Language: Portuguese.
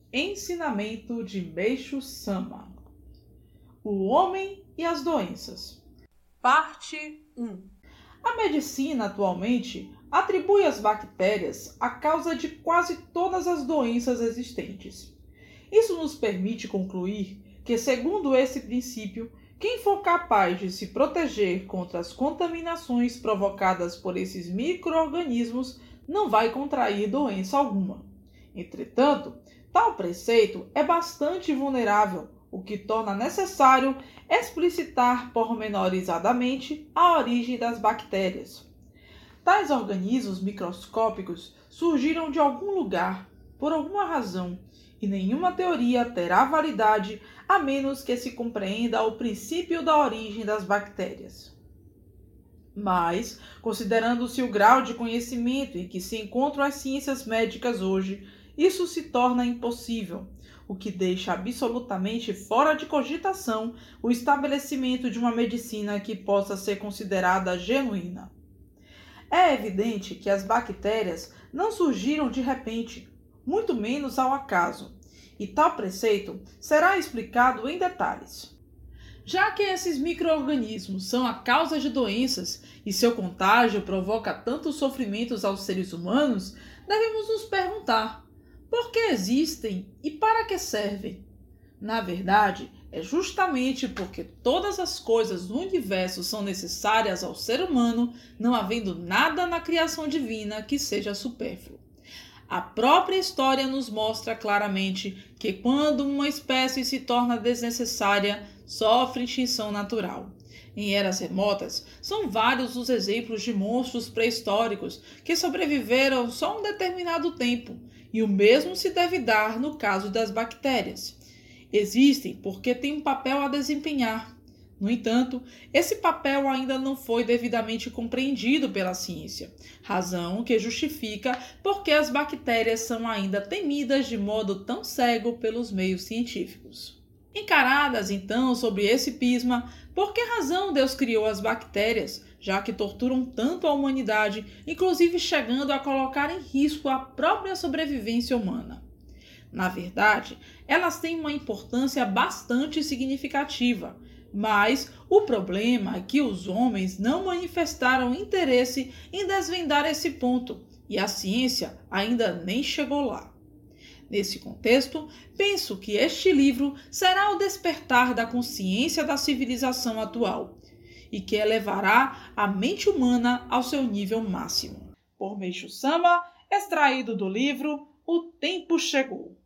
Ensinamento de Meishu Sama. O homem e as doenças. Parte 1. A medicina atualmente atribui às bactérias a causa de quase todas as doenças existentes. Isso nos permite concluir que, segundo esse princípio, quem for capaz de se proteger contra as contaminações provocadas por esses micro-organismos não vai contrair doença alguma. Entretanto, tal preceito é bastante vulnerável, o que torna necessário explicitar pormenorizadamente a origem das bactérias. Tais organismos microscópicos surgiram de algum lugar, por alguma razão, e nenhuma teoria terá validade a menos que se compreenda o princípio da origem das bactérias. Mas, considerando-se o grau de conhecimento em que se encontram as ciências médicas hoje, isso se torna impossível, o que deixa absolutamente fora de cogitação o estabelecimento de uma medicina que possa ser considerada genuína. É evidente que as bactérias não surgiram de repente, muito menos ao acaso, e tal preceito será explicado em detalhes. Já que esses micro-organismos são a causa de doenças e seu contágio provoca tantos sofrimentos aos seres humanos, devemos nos perguntar: por que existem e para que servem? Na verdade, é justamente porque todas as coisas do universo são necessárias ao ser humano, não havendo nada na criação divina que seja supérfluo. A própria história nos mostra claramente que quando uma espécie se torna desnecessária, sofre extinção natural. Em eras remotas, são vários os exemplos de monstros pré-históricos que sobreviveram só um determinado tempo, e o mesmo se deve dar no caso das bactérias. Existem porque têm um papel a desempenhar. No entanto, esse papel ainda não foi devidamente compreendido pela ciência, razão que justifica porque as bactérias são ainda temidas de modo tão cego pelos meios científicos. Encaradas, então, sob esse prisma, por que razão Deus criou as bactérias, já que torturam tanto a humanidade, inclusive chegando a colocar em risco a própria sobrevivência humana? Na verdade, elas têm uma importância bastante significativa, mas o problema é que os homens não manifestaram interesse em desvendar esse ponto, e a ciência ainda nem chegou lá. Nesse contexto, penso que este livro será o despertar da consciência da civilização atual e que elevará a mente humana ao seu nível máximo. Por Meishu Sama, extraído do livro O Tempo Chegou.